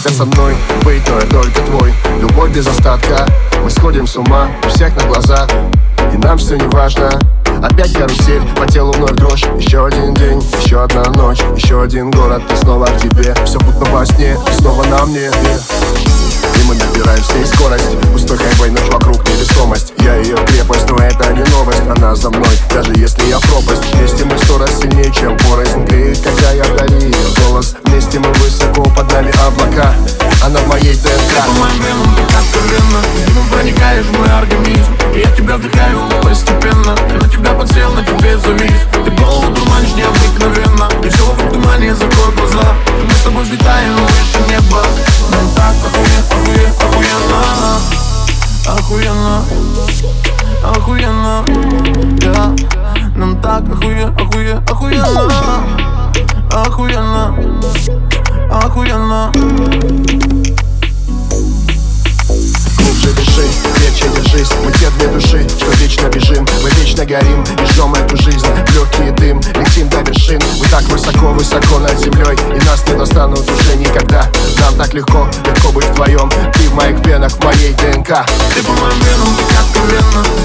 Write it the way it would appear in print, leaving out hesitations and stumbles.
Согласишься со мной быть, но я только твой. Любовь без остатка, мы сходим с ума у всех на глазах, и нам все не важно. Опять карусель, по телу вновь дрожь. Еще один день, еще одна ночь, еще один город, и снова к тебе. Все будто во сне, и снова на мне. И мы набираем с ней скорость. Пустой хайвей, ночь вокруг невесомость. Я ее крепость, но это не новость. Она за мной, даже если я в пропасть. Вместе мы 100 раз сильнее, чем порознь. Греет, когда я вдали ее голос. Вместе мы высоко, под нами облака. Она в моей ДНК. Ты по моим венам, так откровенно. Ты проникаешь в мой организм, и я тебя вдыхаю постепенно. Я на тебя подсел, на тебе завис. Ты голову дурманишь необыкновенно, и все вокруг тумане, закрой глаза. Мы с тобой взлетаем выше неба. Нам так охуенно, охуенно, yeah. Нам так охуенно, охуенно. Глубже дыши, крепче держись. Мы те две души, что вечно бежим. Мы вечно горим и жжем эту жизнь. В легкий дым, летим до вершин. Мы так высоко, высоко над землей, и нас не достанут уже никогда. Нам так легко, легко быть вдвоем. Ты в моих венах, в моей ДНК. Ты по моим венам, так откровенно.